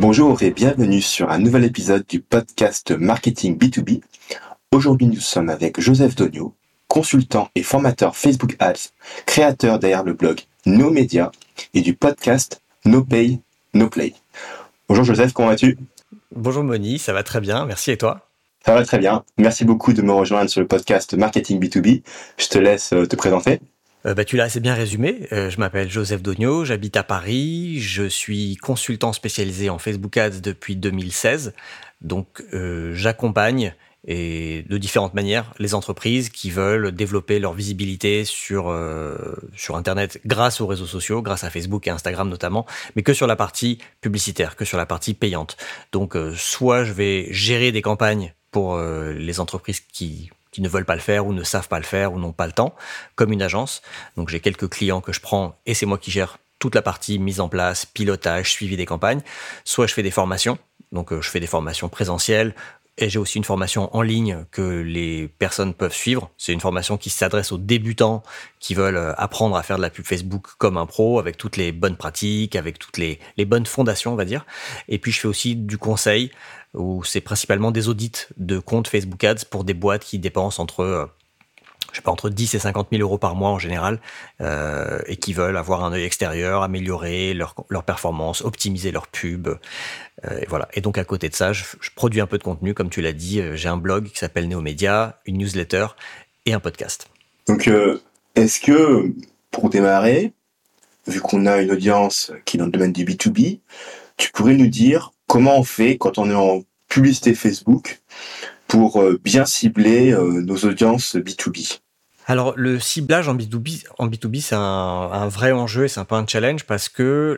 Bonjour et bienvenue sur un nouvel épisode du podcast Marketing B2B. Aujourd'hui, nous sommes avec Joseph Dogno, consultant et formateur Facebook Ads, créateur derrière le blog No Media et du podcast No Pay, No Play. Bonjour Joseph, comment vas-tu? Bonjour Moni, ça va très bien, merci et toi? Ça va très bien. Merci beaucoup de me rejoindre sur le podcast Marketing B2B. Je te laisse te présenter. Tu l'as assez bien résumé, je m'appelle Joseph Dogno, j'habite à Paris, je suis consultant spécialisé en Facebook Ads depuis 2016, donc j'accompagne et de différentes manières les entreprises qui veulent développer leur visibilité sur Internet grâce aux réseaux sociaux, grâce à Facebook et Instagram notamment, mais que sur la partie publicitaire, que sur la partie payante. Donc soit je vais gérer des campagnes pour les entreprises qui ne veulent pas le faire ou ne savent pas le faire ou n'ont pas le temps, comme une agence. Donc j'ai quelques clients que je prends et c'est moi qui gère toute la partie mise en place, pilotage, suivi des campagnes. Soit je fais des formations, donc je fais des formations présentielles, et j'ai aussi une formation en ligne que les personnes peuvent suivre. C'est une formation qui s'adresse aux débutants qui veulent apprendre à faire de la pub Facebook comme un pro, avec toutes les bonnes pratiques, avec toutes les bonnes fondations, on va dire. Et puis je fais aussi du conseil, où c'est principalement des audits de comptes Facebook Ads pour des boîtes qui dépensent entre 10 et 50 000 euros par mois en général, et qui veulent avoir un œil extérieur, améliorer leur performance, optimiser leur pub. Et voilà. Et donc à côté de ça, je produis un peu de contenu, comme tu l'as dit. J'ai un blog qui s'appelle Neomédia, une newsletter et un podcast. Donc, est-ce que, pour démarrer, vu qu'on a une audience qui est dans le domaine du B2B, tu pourrais nous dire comment on fait quand on est en publicité Facebook pour bien cibler nos audiences B2B? Alors, le ciblage en B2B, c'est un vrai enjeu et c'est un peu un challenge parce que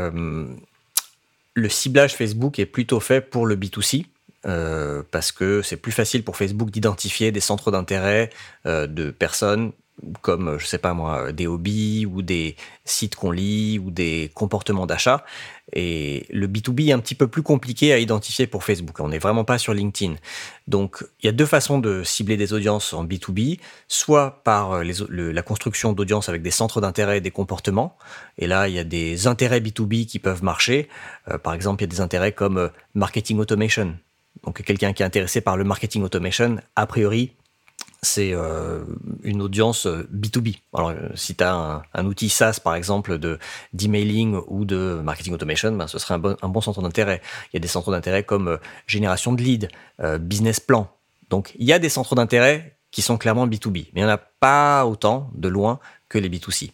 le ciblage Facebook est plutôt fait pour le B2C. Parce que c'est plus facile pour Facebook d'identifier des centres d'intérêt de personnes comme, je sais pas moi, des hobbies ou des sites qu'on lit ou des comportements d'achat. Et le B2B est un petit peu plus compliqué à identifier pour Facebook. On n'est vraiment pas sur LinkedIn. Donc, il y a deux façons de cibler des audiences en B2B, soit par la construction d'audiences avec des centres d'intérêt et des comportements. Et là, il y a des intérêts B2B qui peuvent marcher. Par exemple, il y a des intérêts comme marketing automation. Donc, quelqu'un qui est intéressé par le marketing automation, a priori, c'est une audience B2B. Alors, si tu as un outil SaaS, par exemple, d'emailing ou de marketing automation, ben, ce serait un bon centre d'intérêt. Il y a des centres d'intérêt comme génération de leads, business plan. Donc, il y a des centres d'intérêt qui sont clairement B2B, mais il n'y en a pas autant, de loin, que les B2C.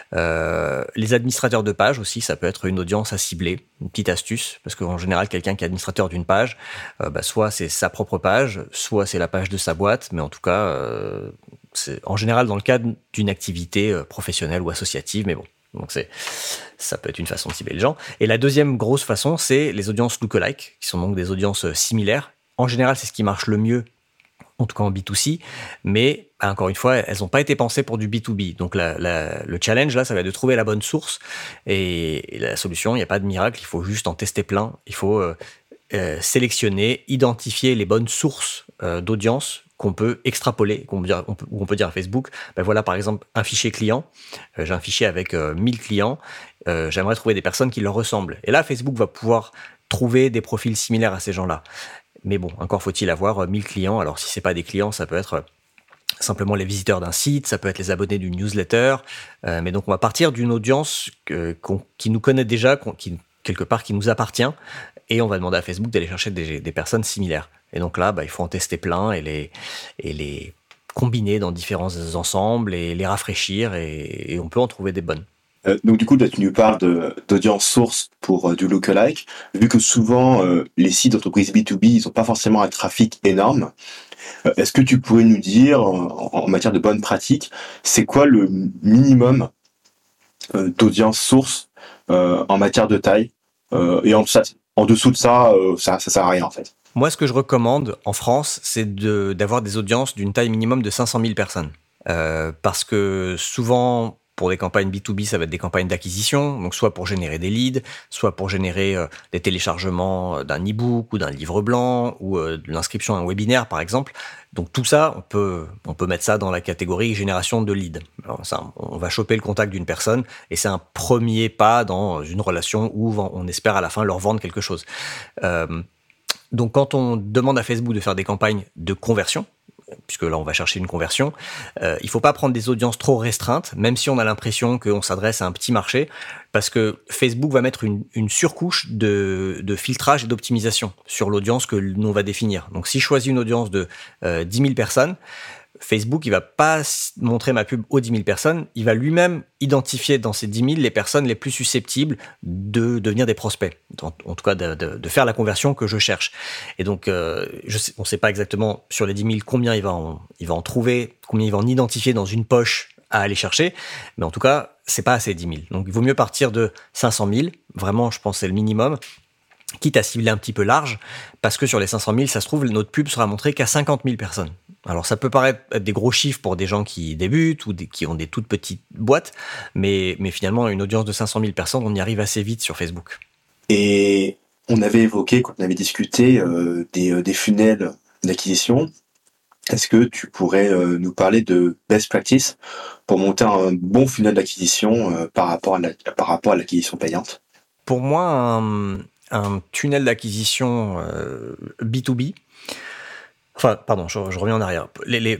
Les administrateurs de page aussi, ça peut être une audience à cibler, une petite astuce, parce qu'en général, quelqu'un qui est administrateur d'une page, soit c'est sa propre page, soit c'est la page de sa boîte, mais en tout cas, c'est en général dans le cadre d'une activité professionnelle ou associative, mais bon. Donc ça peut être une façon de cibler les gens. Et la deuxième grosse façon, c'est les audiences lookalike, qui sont donc des audiences similaires. En général, c'est ce qui marche le mieux, en tout cas en B2C, mais encore une fois, elles n'ont pas été pensées pour du B2B. Donc le challenge, là, ça va être de trouver la bonne source. Et la solution, il n'y a pas de miracle, il faut juste en tester plein. Il faut sélectionner, identifier les bonnes sources d'audience qu'on peut extrapoler, on peut dire à Facebook, ben voilà par exemple un fichier client, j'ai un fichier avec 1000 clients, j'aimerais trouver des personnes qui leur ressemblent. Et là, Facebook va pouvoir trouver des profils similaires à ces gens-là. Mais bon, encore faut-il avoir 1000 clients. Alors, si c'est pas des clients, ça peut être simplement les visiteurs d'un site, ça peut être les abonnés d'une newsletter. Mais donc, on va partir d'une audience qui nous connaît déjà, quelque part qui nous appartient. Et on va demander à Facebook d'aller chercher des personnes similaires. Et donc là, il faut en tester plein et les combiner dans différents ensembles et les rafraîchir. Et on peut en trouver des bonnes. Donc du coup, là, tu nous parles d'audience source pour du lookalike. Vu que souvent, les sites d'entreprises B2B, ils n'ont pas forcément un trafic énorme, est-ce que tu pourrais nous dire, en matière de bonnes pratiques, c'est quoi le minimum d'audience source en matière de taille et en dessous de ça, ça sert à rien en fait. Moi, ce que je recommande en France, c'est d'avoir des audiences d'une taille minimum de 500 000 personnes. Parce que souvent, pour des campagnes B2B, ça va être des campagnes d'acquisition, donc soit pour générer des leads, soit pour générer des téléchargements d'un e-book ou d'un livre blanc ou de l'inscription à un webinaire, par exemple. Donc tout ça, on peut mettre ça dans la catégorie génération de leads. Alors ça, on va choper le contact d'une personne et c'est un premier pas dans une relation où on espère à la fin leur vendre quelque chose. Donc quand on demande à Facebook de faire des campagnes de conversion, puisque là on va chercher une conversion, il ne faut pas prendre des audiences trop restreintes, même si on a l'impression qu'on s'adresse à un petit marché, parce que Facebook va mettre une surcouche de filtrage et d'optimisation sur l'audience que l'on va définir. Donc si je choisis une audience de 10 000 personnes, Facebook, il va pas montrer ma pub aux 10 000 personnes, il va lui-même identifier dans ces 10 000 les personnes les plus susceptibles de devenir des prospects, en tout cas de faire la conversion que je cherche. Et donc, on ne sait pas exactement sur les 10 000 combien il va en trouver, combien il va en identifier dans une poche à aller chercher, mais en tout cas, c'est pas assez 10 000. Donc, il vaut mieux partir de 500 000, vraiment, je pense que c'est le minimum, quitte à cibler un petit peu large, parce que sur les 500 000, ça se trouve, notre pub sera montrée qu'à 50 000 personnes. Alors ça peut paraître être des gros chiffres pour des gens qui débutent ou qui ont des toutes petites boîtes, mais finalement, une audience de 500 000 personnes, on y arrive assez vite sur Facebook. Et on avait évoqué, quand on avait discuté, des funnels d'acquisition. Est-ce que tu pourrais nous parler de best practice pour monter un bon funnel d'acquisition par rapport à l'acquisition payante? Pour moi, un tunnel d'acquisition B2B, enfin, pardon, je reviens en arrière.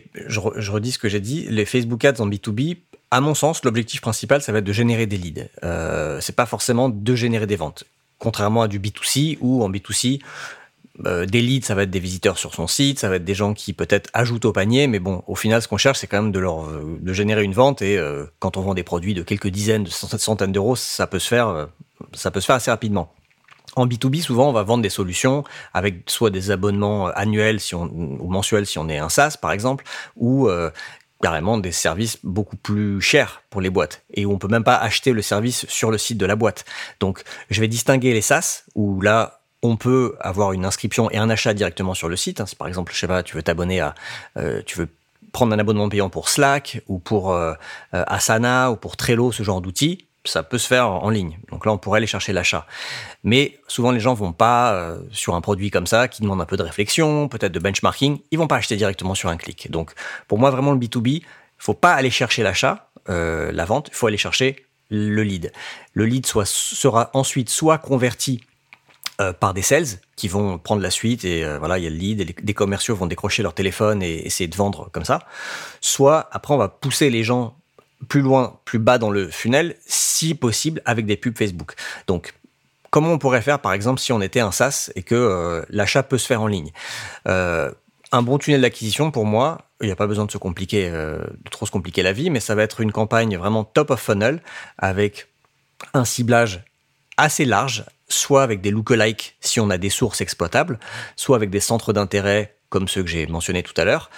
Je redis ce que j'ai dit. Les Facebook Ads en B2B, à mon sens, l'objectif principal, ça va être de générer des leads. C'est pas forcément de générer des ventes. Contrairement à du B2C, où en B2C, des leads, ça va être des visiteurs sur son site, ça va être des gens qui peut-être ajoutent au panier, mais bon, au final, ce qu'on cherche, c'est quand même de générer une vente. Et quand on vend des produits de quelques dizaines, de centaines d'euros, ça peut se faire assez rapidement. En B2B, souvent, on va vendre des solutions avec soit des abonnements annuels ou mensuels si on est un SaaS, par exemple, ou carrément des services beaucoup plus chers pour les boîtes et où on peut même pas acheter le service sur le site de la boîte. Donc, je vais distinguer les SaaS où là, on peut avoir une inscription et un achat directement sur le site. Si par exemple, je sais pas, tu veux t'abonner tu veux prendre un abonnement payant pour Slack ou pour Asana ou pour Trello, ce genre d'outils, ça peut se faire en ligne. Donc là, on pourrait aller chercher l'achat. Mais souvent, les gens vont pas sur un produit comme ça, qui demande un peu de réflexion, peut-être de benchmarking, ils vont pas acheter directement sur un clic. Donc, pour moi, vraiment, le B2B, il faut pas aller chercher l'achat, la vente, il faut aller chercher le lead. Le lead sera ensuite soit converti par des sales qui vont prendre la suite et voilà, il y a le lead et des commerciaux vont décrocher leur téléphone et essayer de vendre comme ça. Soit, après, on va pousser les gens plus loin, plus bas dans le funnel, si possible, avec des pubs Facebook. Donc, comment on pourrait faire, par exemple, si on était un SaaS et que l'achat peut se faire en ligne? Un bon tunnel d'acquisition, pour moi, il n'y a pas besoin de trop se compliquer la vie, mais ça va être une campagne vraiment top of funnel, avec un ciblage assez large, soit avec des lookalikes si on a des sources exploitables, soit avec des centres d'intérêt comme ceux que j'ai mentionnés tout à l'heure.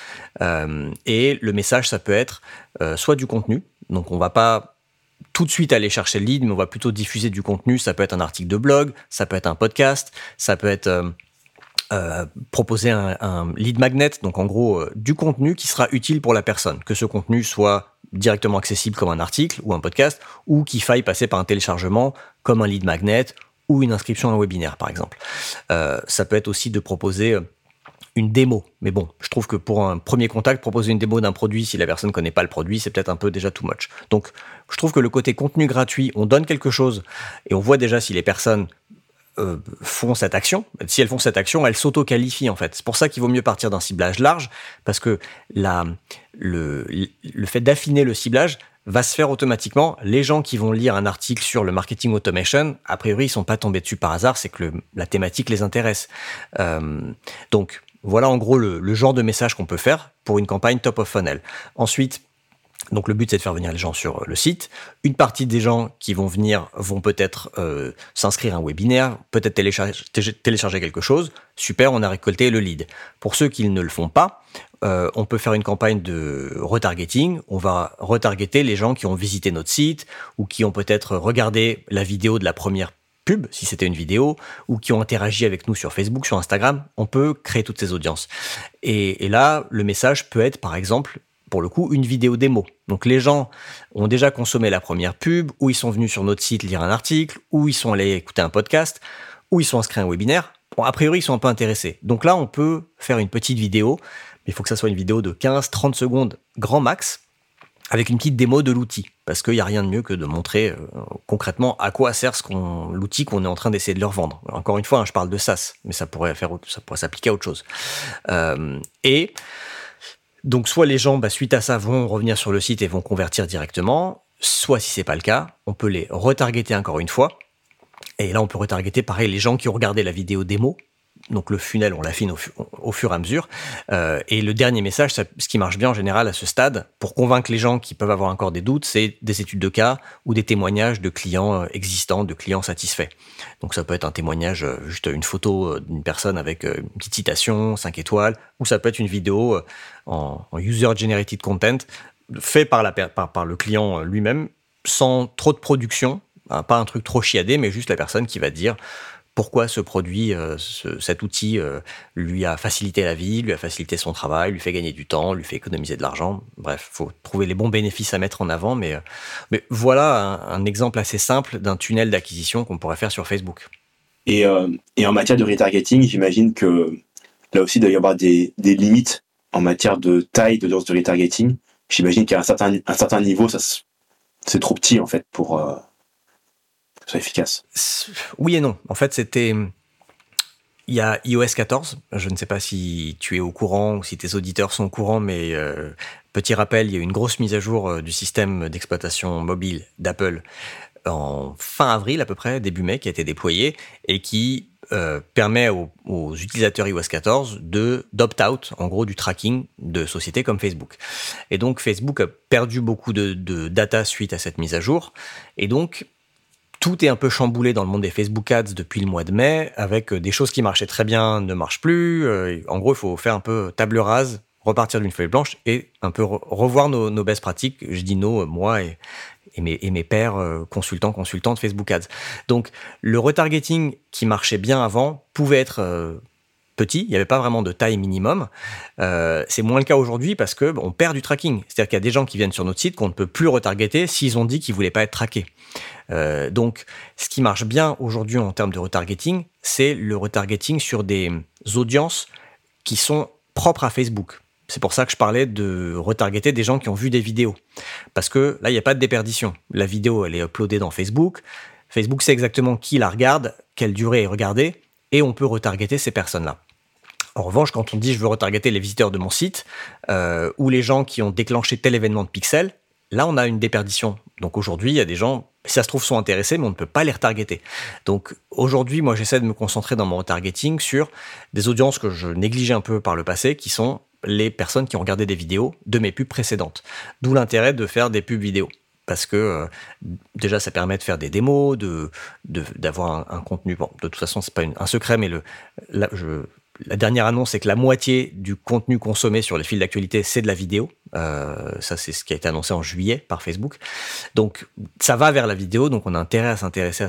Et le message, ça peut être soit du contenu, donc on va pas tout de suite aller chercher le lead, mais on va plutôt diffuser du contenu. Ça peut être un article de blog, ça peut être un podcast, ça peut être proposer un lead magnet, donc en gros du contenu qui sera utile pour la personne, que ce contenu soit directement accessible comme un article ou un podcast, ou qu'il faille passer par un téléchargement comme un lead magnet ou une inscription à un webinaire, par exemple. Ça peut être aussi de proposer une démo. Mais bon, je trouve que pour un premier contact, proposer une démo d'un produit, si la personne ne connaît pas le produit, c'est peut-être un peu déjà too much. Donc, je trouve que le côté contenu gratuit, on donne quelque chose et on voit déjà si les personnes font cette action. Si elles font cette action, elles s'auto-qualifient en fait. C'est pour ça qu'il vaut mieux partir d'un ciblage large, parce que le fait d'affiner le ciblage va se faire automatiquement. Les gens qui vont lire un article sur le marketing automation, a priori, ils sont pas tombés dessus par hasard, c'est que la thématique les intéresse. Donc, voilà en gros le genre de message qu'on peut faire pour une campagne top of funnel. Ensuite, donc le but c'est de faire venir les gens sur le site. Une partie des gens qui vont venir vont peut-être s'inscrire à un webinaire, peut-être télécharger quelque chose. Super, on a récolté le lead. Pour ceux qui ne le font pas, on peut faire une campagne de retargeting. On va retargeter les gens qui ont visité notre site ou qui ont peut-être regardé la vidéo de la première pub, si c'était une vidéo, ou qui ont interagi avec nous sur Facebook, sur Instagram. On peut créer toutes ces audiences. Et là, le message peut être, par exemple, pour le coup, une vidéo démo. Donc les gens ont déjà consommé la première pub, ou ils sont venus sur notre site lire un article, ou ils sont allés écouter un podcast, ou ils sont inscrits à un webinaire. Bon, a priori, ils sont un peu intéressés. Donc là, on peut faire une petite vidéo, mais il faut que ça soit une vidéo de 15-30 secondes grand max, avec une petite démo de l'outil. Parce qu'il n'y a rien de mieux que de montrer concrètement à quoi sert l'outil qu'on est en train d'essayer de leur vendre. Encore une fois, je parle de SaaS, mais ça pourrait s'appliquer à autre chose. Et donc, soit les gens, suite à ça, vont revenir sur le site et vont convertir directement, soit si c'est pas le cas, on peut les retargeter encore une fois. Et là, on peut retargeter, pareil, les gens qui ont regardé la vidéo démo. Donc, le funnel, on l'affine au fur et à mesure. Et le dernier message, ce qui marche bien en général à ce stade, pour convaincre les gens qui peuvent avoir encore des doutes, c'est des études de cas ou des témoignages de clients existants, de clients satisfaits. Donc, ça peut être un témoignage, juste une photo d'une personne avec une petite citation, 5 étoiles, ou ça peut être une vidéo en user-generated content, fait par le client lui-même, sans trop de production, pas un truc trop chiadé, mais juste la personne qui va dire pourquoi ce produit, cet outil lui a facilité la vie, lui a facilité son travail, lui fait gagner du temps, lui fait économiser de l'argent. Bref, il faut trouver les bons bénéfices à mettre en avant. Mais voilà un exemple assez simple d'un tunnel d'acquisition qu'on pourrait faire sur Facebook. Et en matière de retargeting, j'imagine que là aussi, il doit y avoir des limites en matière de taille d'audience de retargeting. J'imagine qu'à un certain niveau, c'est trop petit en fait pour que ce soit efficace. Oui et non. En fait, il y a iOS 14. Je ne sais pas si tu es au courant ou si tes auditeurs sont au courant, mais petit rappel, il y a eu une grosse mise à jour du système d'exploitation mobile d'Apple en fin avril à peu près, début mai, qui a été déployé et qui permet aux utilisateurs iOS 14 d'opt-out, en gros, du tracking de sociétés comme Facebook. Et donc, Facebook a perdu beaucoup de data suite à cette mise à jour. Et donc, tout est un peu chamboulé dans le monde des Facebook Ads depuis le mois de mai, avec des choses qui marchaient très bien ne marchent plus. En gros, il faut faire un peu table rase, repartir d'une feuille blanche et un peu revoir nos best pratiques. Je dis moi et mes pairs consultantes Facebook Ads. Donc, le retargeting qui marchait bien avant pouvait être petit, il n'y avait pas vraiment de taille minimum. C'est moins le cas aujourd'hui parce qu'on perd du tracking. C'est-à-dire qu'il y a des gens qui viennent sur notre site qu'on ne peut plus retargeter s'ils ont dit qu'ils ne voulaient pas être traqués. Donc, ce qui marche bien aujourd'hui en termes de retargeting, c'est le retargeting sur des audiences qui sont propres à Facebook. C'est pour ça que je parlais de retargeter des gens qui ont vu des vidéos. Parce que là, il n'y a pas de déperdition. La vidéo, elle est uploadée dans Facebook. Facebook sait exactement qui la regarde, quelle durée est regardée, et on peut retargeter ces personnes-là. En revanche, quand on dit je veux retargeter les visiteurs de mon site ou les gens qui ont déclenché tel événement de pixel, là, on a une déperdition. Donc aujourd'hui, il y a des gens, si ça se trouve, sont intéressés, mais on ne peut pas les retargeter. Donc aujourd'hui, moi, j'essaie de me concentrer dans mon retargeting sur des audiences que je négligeais un peu par le passé, qui sont les personnes qui ont regardé des vidéos de mes pubs précédentes. D'où l'intérêt de faire des pubs vidéo. Parce que déjà, ça permet de faire des démos, d'avoir un contenu. Bon, de toute façon, c'est pas un secret, mais la dernière annonce, c'est que la moitié du contenu consommé sur les fils d'actualité, c'est de la vidéo. Ça, c'est ce qui a été annoncé en juillet par Facebook. Donc, ça va vers la vidéo. Donc, on a intérêt à s'intéresser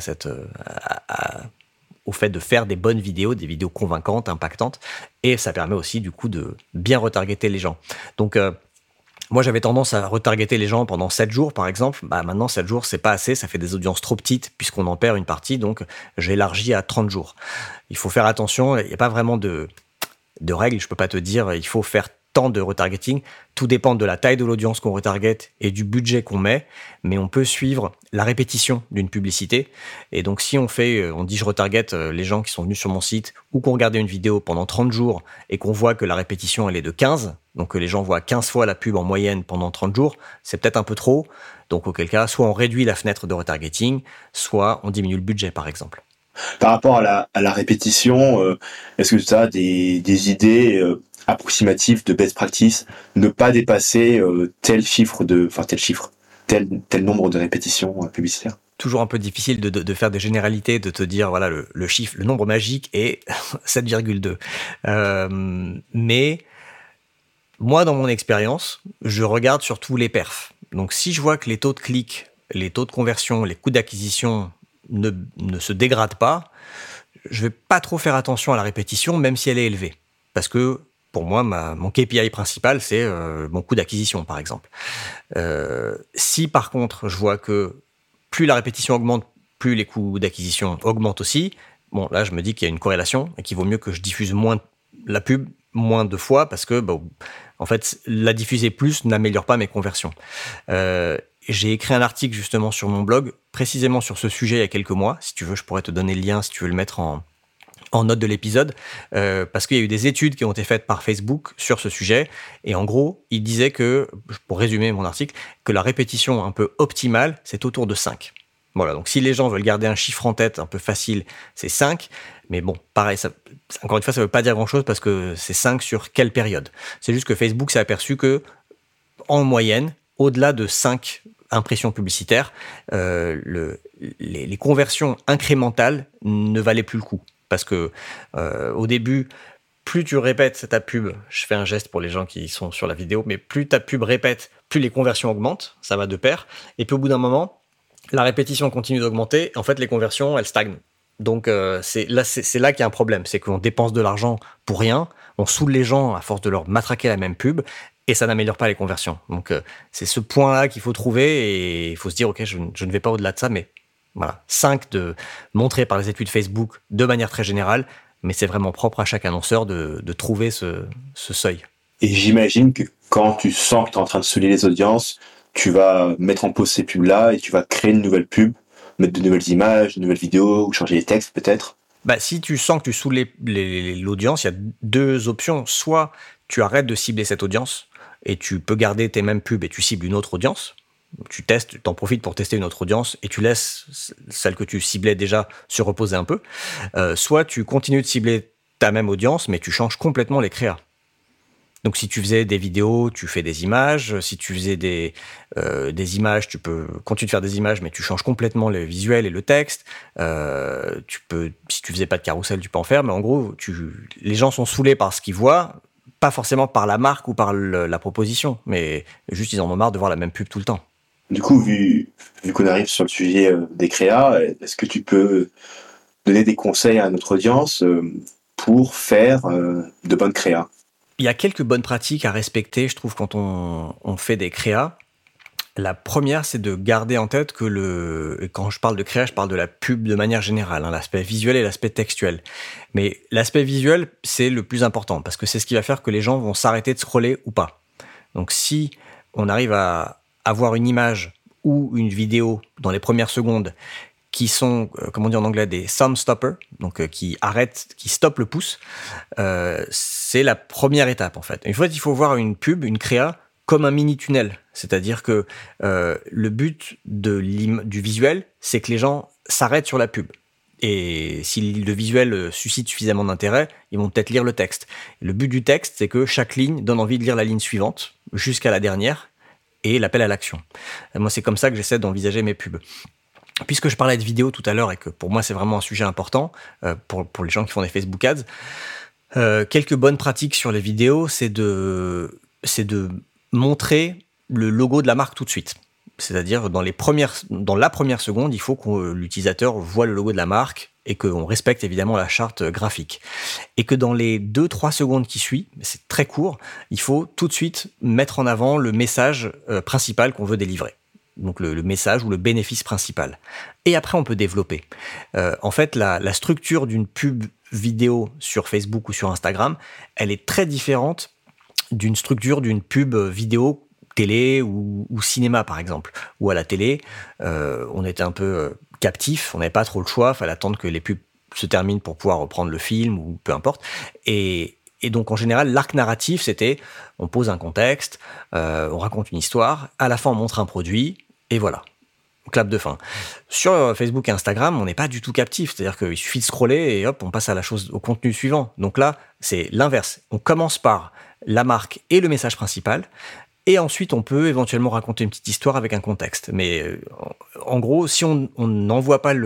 au fait de faire des bonnes vidéos, des vidéos convaincantes, impactantes. Et ça permet aussi, du coup, de bien retargeter les gens. Donc, moi, j'avais tendance à retargeter les gens pendant 7 jours, par exemple. Maintenant, 7 jours, c'est pas assez. Ça fait des audiences trop petites puisqu'on en perd une partie. Donc, j'ai élargi à 30 jours. Il faut faire attention. Il n'y a pas vraiment de règles. Je peux pas te dire, il faut faire tant de retargeting. Tout dépend de la taille de l'audience qu'on retargete et du budget qu'on met. Mais on peut suivre la répétition d'une publicité. Et donc, si on dit je retargete les gens qui sont venus sur mon site ou qu'on regardait une vidéo pendant 30 jours et qu'on voit que la répétition, elle est de 15, donc que les gens voient 15 fois la pub en moyenne pendant 30 jours, c'est peut-être un peu trop. Donc, auquel cas, soit on réduit la fenêtre de retargeting, soit on diminue le budget, par exemple. Par rapport à la répétition, est-ce que tu as des idées approximatives de best practice, ne pas dépasser tel nombre de répétitions publicitaires? Toujours un peu difficile de faire des généralités, de te dire, voilà, le chiffre, le nombre magique est 7,2. Mais moi, dans mon expérience, je regarde surtout les perfs. Donc, si je vois que les taux de clic, les taux de conversion, les coûts d'acquisition ne se dégradent pas, je vais pas trop faire attention à la répétition, même si elle est élevée. Parce que pour moi, mon KPI principal, c'est mon coût d'acquisition, par exemple. Si par contre, je vois que plus la répétition augmente, plus les coûts d'acquisition augmentent aussi, bon, là, je me dis qu'il y a une corrélation et qu'il vaut mieux que je diffuse moins la pub, moins de fois, parce que, en fait, la diffuser plus n'améliore pas mes conversions. J'ai écrit un article justement sur mon blog, précisément sur ce sujet il y a quelques mois. Si tu veux, je pourrais te donner le lien si tu veux le mettre en note de l'épisode, parce qu'il y a eu des études qui ont été faites par Facebook sur ce sujet, et en gros, il disait que, pour résumer mon article, que la répétition un peu optimale, c'est autour de 5. Voilà, donc si les gens veulent garder un chiffre en tête un peu facile, c'est 5, mais bon, pareil, encore une fois, ça ne veut pas dire grand-chose parce que c'est 5 sur quelle période. C'est juste que Facebook s'est aperçu que, en moyenne, au-delà de 5 impressions publicitaires, les conversions incrémentales ne valaient plus le coup. Parce que au début, plus tu répètes ta pub, je fais un geste pour les gens qui sont sur la vidéo, mais plus ta pub répète, plus les conversions augmentent, ça va de pair. Et puis au bout d'un moment, la répétition continue d'augmenter, et en fait les conversions, elles stagnent. Donc c'est là qu'il y a un problème, c'est qu'on dépense de l'argent pour rien, on saoule les gens à force de leur matraquer la même pub, et ça n'améliore pas les conversions. Donc c'est ce point-là qu'il faut trouver, et il faut se dire, ok, je ne vais pas au-delà de ça, mais voilà, 5 montrés par les études Facebook de manière très générale, mais c'est vraiment propre à chaque annonceur de trouver ce seuil. Et j'imagine que quand tu sens que tu es en train de saouler les audiences, tu vas mettre en pause ces pubs-là et tu vas créer une nouvelle pub, mettre de nouvelles images, de nouvelles vidéos, ou changer les textes peut-être. Si tu sens que tu saoules l'audience, il y a 2 options. Soit tu arrêtes de cibler cette audience et tu peux garder tes mêmes pubs et tu cibles une autre audience. Tu testes, tu en profites pour tester une autre audience et tu laisses celle que tu ciblais déjà se reposer un peu. Soit tu continues de cibler ta même audience, mais tu changes complètement les créas. Donc si tu faisais des vidéos, tu fais des images. Si tu faisais des images, tu peux continuer de faire des images, mais tu changes complètement les visuels et le texte. Si tu faisais pas de carrousel, tu peux en faire. Mais en gros, les gens sont saoulés par ce qu'ils voient, pas forcément par la marque ou par la proposition, mais juste ils en ont marre de voir la même pub tout le temps. Du coup, vu qu'on arrive sur le sujet des créas, est-ce que tu peux donner des conseils à notre audience pour faire de bonnes créas? Il y a quelques bonnes pratiques à respecter, je trouve, quand on fait des créas. La première, c'est de garder en tête que quand je parle de créa, je parle de la pub de manière générale, l'aspect visuel et l'aspect textuel. Mais l'aspect visuel, c'est le plus important, parce que c'est ce qui va faire que les gens vont s'arrêter de scroller ou pas. Donc si on arrive à avoir une image ou une vidéo dans les premières secondes qui sont, comme on dit en anglais, des thumb stoppers, donc qui stoppent le pouce, c'est la première étape en fait. Une fois, il faut voir une pub, une créa, comme un mini tunnel. C'est-à-dire que le but du visuel, c'est que les gens s'arrêtent sur la pub. Et si le visuel suscite suffisamment d'intérêt, ils vont peut-être lire le texte. Le but du texte, c'est que chaque ligne donne envie de lire la ligne suivante, jusqu'à la dernière, et l'appel à l'action. Moi, c'est comme ça que j'essaie d'envisager mes pubs. Puisque je parlais de vidéo tout à l'heure et que pour moi c'est vraiment un sujet important pour les gens qui font des Facebook Ads, quelques bonnes pratiques sur les vidéos, c'est de montrer le logo de la marque tout de suite. C'est-à-dire dans la première seconde, il faut que l'utilisateur voit le logo de la marque et qu'on respecte évidemment la charte graphique. Et que dans les 2-3 secondes qui suivent, c'est très court, il faut tout de suite mettre en avant le message principal qu'on veut délivrer. Donc le message ou le bénéfice principal. Et après, on peut développer. En fait, la structure d'une pub vidéo sur Facebook ou sur Instagram, elle est très différente d'une structure d'une pub vidéo télé ou cinéma, par exemple. Ou à la télé, on était un peu captif, on n'avait pas trop le choix, il fallait attendre que les pubs se terminent pour pouvoir reprendre le film ou peu importe. Et donc, en général, l'arc narratif, c'était on pose un contexte, on raconte une histoire, à la fin, on montre un produit, et voilà. Clap de fin. Sur Facebook et Instagram, on n'est pas du tout captif. C'est-à-dire qu'il suffit de scroller et hop, on passe au contenu suivant. Donc là, c'est l'inverse. On commence par la marque et le message principal, et ensuite, on peut éventuellement raconter une petite histoire avec un contexte. Mais en gros, si on n'envoie pas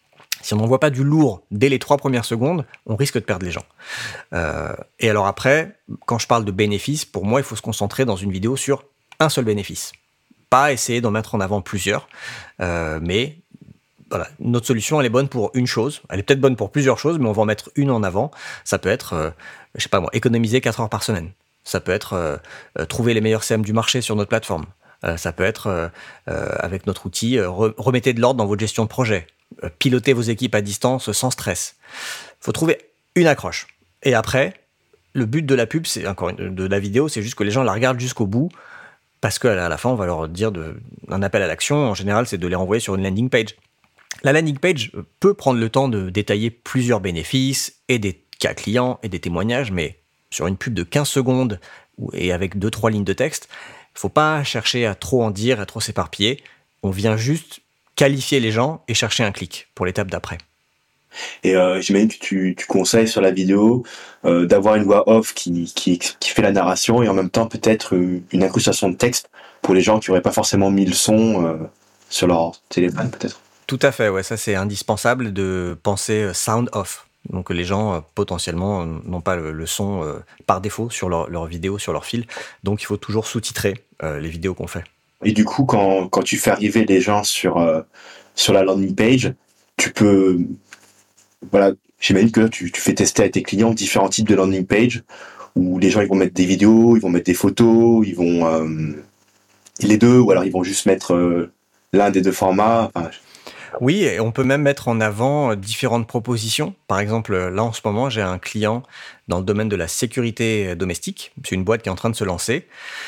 du lourd dès les 3 premières secondes, on risque de perdre les gens. Et alors après, quand je parle de bénéfices, pour moi, il faut se concentrer dans une vidéo sur un seul bénéfice. Pas essayer d'en mettre en avant plusieurs, mais voilà, notre solution, elle est bonne pour une chose. Elle est peut-être bonne pour plusieurs choses, mais on va en mettre une en avant. Ça peut être, je sais pas moi, économiser 4 heures par semaine. Ça peut être trouver les meilleurs CM du marché sur notre plateforme. Ça peut être, avec notre outil, remettez de l'ordre dans votre gestion de projet. Piloter vos équipes à distance sans stress. Il faut trouver une accroche. Et après, le but de la pub, c'est encore de la vidéo, c'est juste que les gens la regardent jusqu'au bout, parce qu'à la fin, on va leur dire un appel à l'action. En général, c'est de les renvoyer sur une landing page. La landing page peut prendre le temps de détailler plusieurs bénéfices et des cas clients et des témoignages, mais sur une pub de 15 secondes et avec 2-3 lignes de texte, il ne faut pas chercher à trop en dire, à trop s'éparpiller. On vient juste qualifier les gens et chercher un clic pour l'étape d'après. Et j'imagine que tu conseilles sur la vidéo d'avoir une voix off qui fait la narration et en même temps peut-être une incrustation de texte pour les gens qui n'auraient pas forcément mis le son sur leur téléphone peut-être. Tout à fait, ouais, ça c'est indispensable de penser sound off. Donc les gens potentiellement n'ont pas le son par défaut sur leur vidéo, sur leur fil. Donc il faut toujours sous-titrer les vidéos qu'on fait. Et du coup, quand tu fais arriver les gens sur la landing page, tu peux, voilà, j'imagine que tu fais tester à tes clients différents types de landing page où les gens ils vont mettre des vidéos, ils vont mettre des photos, ils vont les deux, ou alors ils vont juste mettre l'un des deux formats. Enfin, oui, et on peut même mettre en avant différentes propositions. Par exemple, là en ce moment, j'ai un client dans le domaine de la sécurité domestique. C'est une boîte qui est en train de se lancer.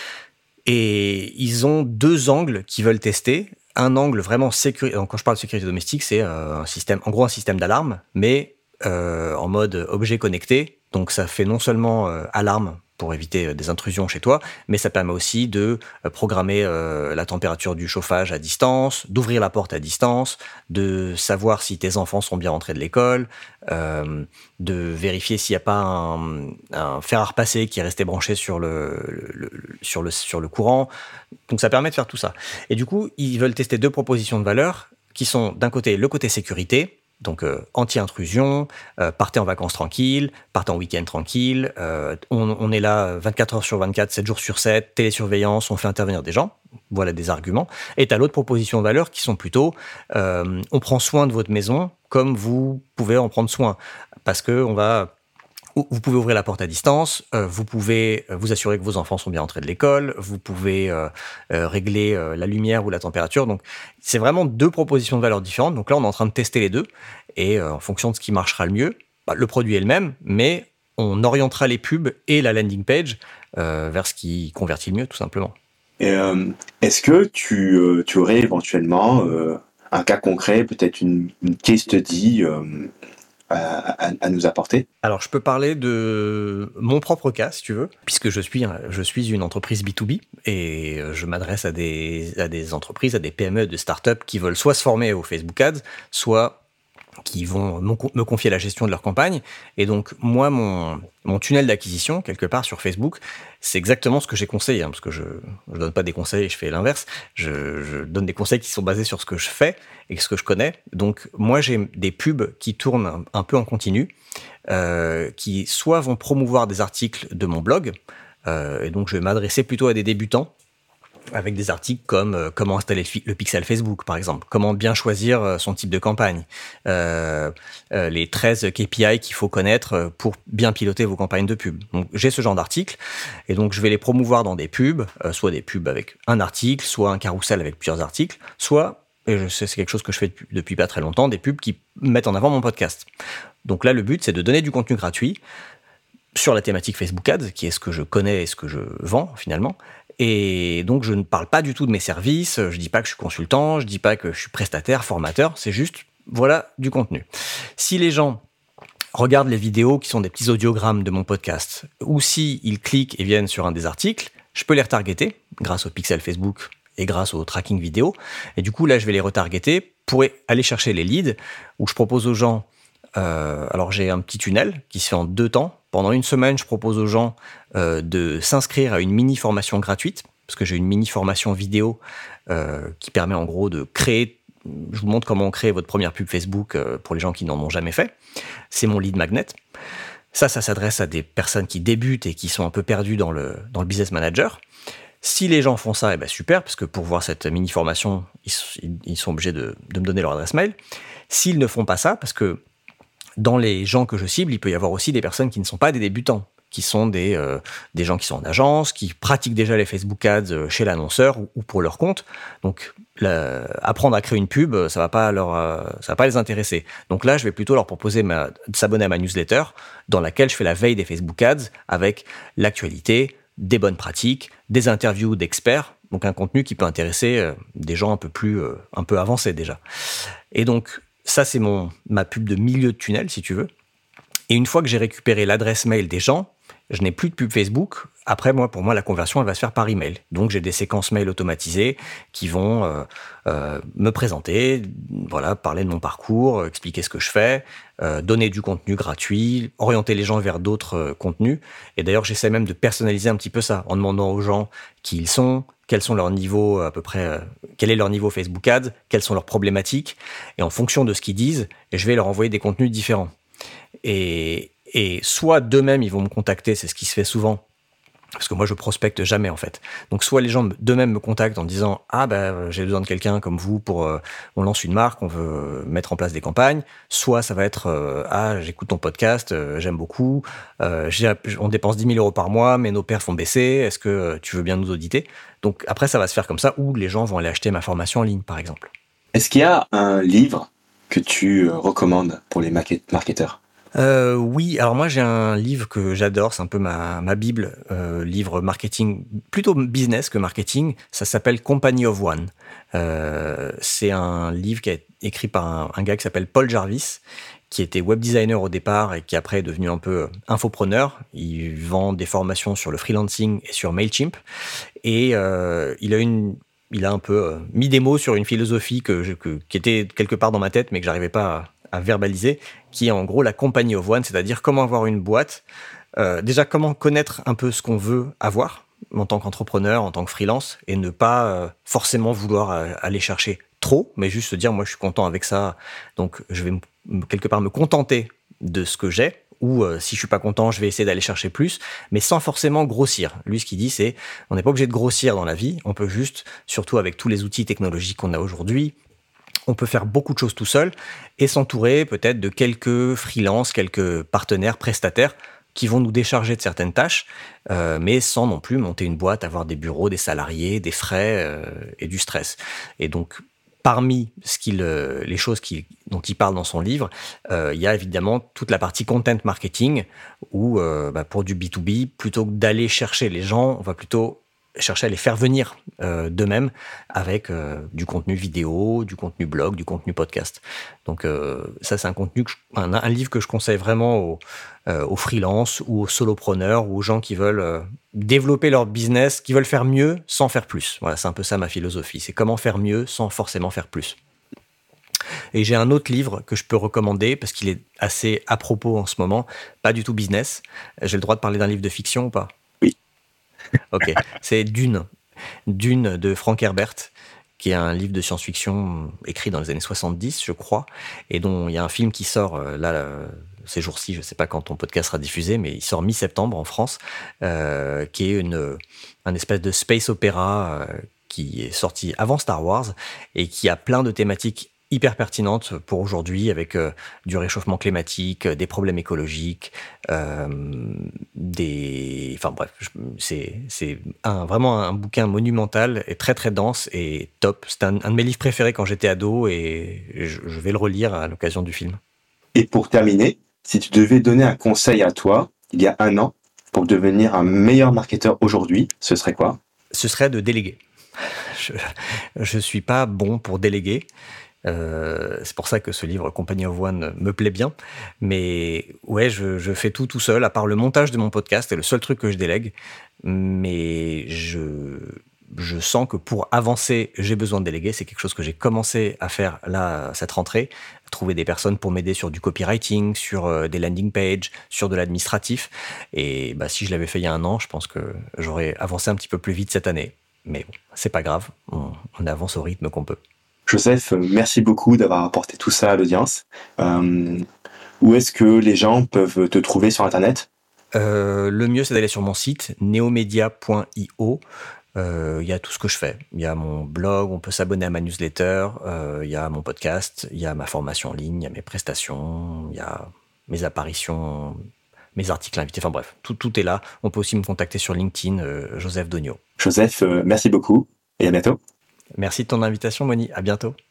Et ils ont 2 angles qu'ils veulent tester. Un angle vraiment sécurité. Donc, quand je parle de sécurité domestique, c'est un système d'alarme, mais en mode objet connecté. Donc, ça fait non seulement alarme pour éviter des intrusions chez toi, mais ça permet aussi de programmer la température du chauffage à distance, d'ouvrir la porte à distance, de savoir si tes enfants sont bien rentrés de l'école, de vérifier s'il n'y a pas un fer à repasser qui est resté branché sur le courant. Donc ça permet de faire tout ça. Et du coup, ils veulent tester 2 propositions de valeur qui sont d'un côté le côté sécurité, donc anti-intrusion, partez en vacances tranquilles, partez en week-end tranquille, on est là 24 heures sur 24, 7 jours sur 7, télésurveillance, on fait intervenir des gens, voilà des arguments. Et tu as l'autre proposition de valeur qui sont plutôt on prend soin de votre maison comme vous pouvez en prendre soin, parce que vous pouvez ouvrir la porte à distance, vous pouvez vous assurer que vos enfants sont bien entrés de l'école, vous pouvez régler la lumière ou la température. Donc, c'est vraiment 2 propositions de valeur différentes. Donc là, on est en train de tester les 2. Et en fonction de ce qui marchera le mieux, le produit est le même, mais on orientera les pubs et la landing page vers ce qui convertit le mieux, tout simplement. Et est-ce que tu aurais éventuellement un cas concret, peut-être une case study à nous apporter? Alors, je peux parler de mon propre cas, si tu veux, puisque je suis une entreprise B2B et je m'adresse à des entreprises, à des PME, de startups qui veulent soit se former au Facebook Ads, soit qui vont me confier la gestion de leur campagne. Et donc, moi, mon tunnel d'acquisition, quelque part sur Facebook, c'est exactement ce que j'ai conseillé, parce que je donne pas des conseils et je fais l'inverse. Je donne des conseils qui sont basés sur ce que je fais et ce que je connais. Donc, moi, j'ai des pubs qui tournent un peu en continu, qui soit vont promouvoir des articles de mon blog, et donc je vais m'adresser plutôt à des débutants, avec des articles comme comment installer le pixel Facebook, par exemple, comment bien choisir son type de campagne, les 13 KPI qu'il faut connaître pour bien piloter vos campagnes de pub. Donc, j'ai ce genre d'articles, et donc je vais les promouvoir dans des pubs, soit des pubs avec un article, soit un carrousel avec plusieurs articles, soit, et c'est quelque chose que je fais depuis pas très longtemps, des pubs qui mettent en avant mon podcast. Donc là, le but, c'est de donner du contenu gratuit sur la thématique Facebook Ads, qui est ce que je connais et ce que je vends, finalement. Et donc, je ne parle pas du tout de mes services, je dis pas que je suis consultant, je dis pas que je suis prestataire, formateur, c'est juste, voilà, du contenu. Si les gens regardent les vidéos qui sont des petits audiogrammes de mon podcast, ou si ils cliquent et viennent sur un des articles, je peux les retargeter grâce au pixel Facebook et grâce au tracking vidéo. Et du coup, là, je vais les retargeter pour aller chercher les leads, où je propose aux gens, alors j'ai un petit tunnel qui se fait en 2 temps. Pendant une semaine, je propose aux gens de s'inscrire à une mini-formation gratuite, parce que j'ai une mini-formation vidéo qui permet en gros de créer, je vous montre comment on crée votre première pub Facebook pour les gens qui n'en ont jamais fait. C'est mon lead magnet. Ça s'adresse à des personnes qui débutent et qui sont un peu perdues dans le business manager. Si les gens font ça, eh ben super, parce que pour voir cette mini-formation, ils sont obligés de me donner leur adresse mail. S'ils ne font pas ça, parce que dans les gens que je cible, il peut y avoir aussi des personnes qui ne sont pas des débutants, qui sont des gens qui sont en agence, qui pratiquent déjà les Facebook Ads chez l'annonceur ou pour leur compte. Donc, apprendre à créer une pub, ça va pas les intéresser. Donc là, je vais plutôt leur proposer de s'abonner à ma newsletter, dans laquelle je fais la veille des Facebook Ads avec l'actualité, des bonnes pratiques, des interviews d'experts. Donc un contenu qui peut intéresser des gens un peu avancés déjà. Et donc, ça, c'est ma pub de milieu de tunnel, si tu veux. Et une fois que j'ai récupéré l'adresse mail des gens, je n'ai plus de pub Facebook. Après, pour moi, la conversion, elle va se faire par email. Donc, j'ai des séquences mail automatisées qui vont me présenter, voilà, parler de mon parcours, expliquer ce que je fais, donner du contenu gratuit, orienter les gens vers d'autres contenus. Et d'ailleurs, j'essaie même de personnaliser un petit peu ça en demandant aux gens qui ils sont, quels sont leurs niveaux à peu près, quel est leur niveau Facebook Ads, quelles sont leurs problématiques. Et en fonction de ce qu'ils disent, je vais leur envoyer des contenus différents. Et soit d'eux-mêmes, ils vont me contacter, c'est ce qui se fait souvent, parce que moi, je prospecte jamais, en fait. Donc, soit les gens d'eux-mêmes me contactent en disant « Ah, j'ai besoin de quelqu'un comme vous pour... on lance une marque, on veut mettre en place des campagnes. » Soit ça va être « Ah, j'écoute ton podcast, j'aime beaucoup. On dépense 10 000 euros par mois, mais nos perfs font baisser. Est-ce que tu veux bien nous auditer ?» Donc, après, ça va se faire comme ça, ou les gens vont aller acheter ma formation en ligne, par exemple. Est-ce qu'il y a un livre que tu recommandes pour les marketeurs ? Oui, alors moi j'ai un livre que j'adore, c'est un peu ma bible, livre marketing, plutôt business que marketing, ça s'appelle Company of One. C'est un livre qui est écrit par un gars qui s'appelle Paul Jarvis, qui était web designer au départ et qui après est devenu un peu infopreneur. Il vend des formations sur le freelancing et sur Mailchimp. Et il a un peu mis des mots sur une philosophie qui était quelque part dans ma tête, mais que j'arrivais pas à verbaliser, qui est en gros la company of one, c'est-à-dire comment avoir une boîte, déjà comment connaître un peu ce qu'on veut avoir en tant qu'entrepreneur, en tant que freelance, et ne pas forcément vouloir aller chercher trop, mais juste se dire moi je suis content avec ça, donc je vais quelque part me contenter de ce que j'ai, ou si je suis pas content, je vais essayer d'aller chercher plus, mais sans forcément grossir. Lui, ce qu'il dit, c'est on n'est pas obligé de grossir dans la vie, on peut juste, surtout avec tous les outils technologiques qu'on a aujourd'hui, on peut faire beaucoup de choses tout seul et s'entourer peut-être de quelques freelances, quelques partenaires, prestataires qui vont nous décharger de certaines tâches, mais sans non plus monter une boîte, avoir des bureaux, des salariés, des frais et du stress. Et donc, parmi les choses dont il parle dans son livre, il y a évidemment toute la partie content marketing où, pour du B2B, plutôt que d'aller chercher les gens, on va plutôt chercher à les faire venir d'eux-mêmes avec du contenu vidéo, du contenu blog, du contenu podcast. Donc ça, c'est un livre que je conseille vraiment aux freelances ou aux solopreneurs ou aux gens qui veulent développer leur business, qui veulent faire mieux sans faire plus. Voilà, c'est un peu ça ma philosophie. C'est comment faire mieux sans forcément faire plus. Et j'ai un autre livre que je peux recommander parce qu'il est assez à propos en ce moment, pas du tout business. J'ai le droit de parler d'un livre de fiction ou pas ? Oui. Ok, c'est Dune de Frank Herbert, qui est un livre de science-fiction écrit dans les années 70, je crois, et dont il y a un film qui sort ces jours-ci, je ne sais pas quand ton podcast sera diffusé, mais il sort mi-septembre en France, qui est un espèce de space opéra qui est sorti avant Star Wars et qui a plein de thématiques hyper pertinente pour aujourd'hui avec du réchauffement climatique, des problèmes écologiques, enfin bref, c'est vraiment un bouquin monumental et très très dense et top. C'est un de mes livres préférés quand j'étais ado et je vais le relire à l'occasion du film. Et pour terminer, si tu devais donner un conseil à toi, il y a un an, pour devenir un meilleur marketeur aujourd'hui, ce serait quoi ? Ce serait de déléguer. Je suis pas bon pour déléguer. C'est pour ça que ce livre Company of One me plaît bien, mais ouais, je fais tout seul, à part le montage de mon podcast, c'est le seul truc que je délègue, mais je sens que pour avancer, j'ai besoin de déléguer. C'est quelque chose que j'ai commencé à faire là, cette rentrée, trouver des personnes pour m'aider sur du copywriting, sur des landing pages, sur de l'administratif, et si je l'avais fait il y a un an, je pense que j'aurais avancé un petit peu plus vite cette année, mais bon, c'est pas grave, on avance au rythme qu'on peut. Joseph, merci beaucoup d'avoir apporté tout ça à l'audience. Où est-ce que les gens peuvent te trouver sur Internet ? Le mieux, c'est d'aller sur mon site neomedia.io. Il y a tout ce que je fais. Il y a mon blog, on peut s'abonner à ma newsletter, il y a mon podcast, il y a ma formation en ligne, il y a mes prestations, il y a mes apparitions, mes articles invités, enfin bref, tout est là. On peut aussi me contacter sur LinkedIn, Joseph Dogno. Joseph, merci beaucoup et à bientôt. Merci de ton invitation, Moni. À bientôt.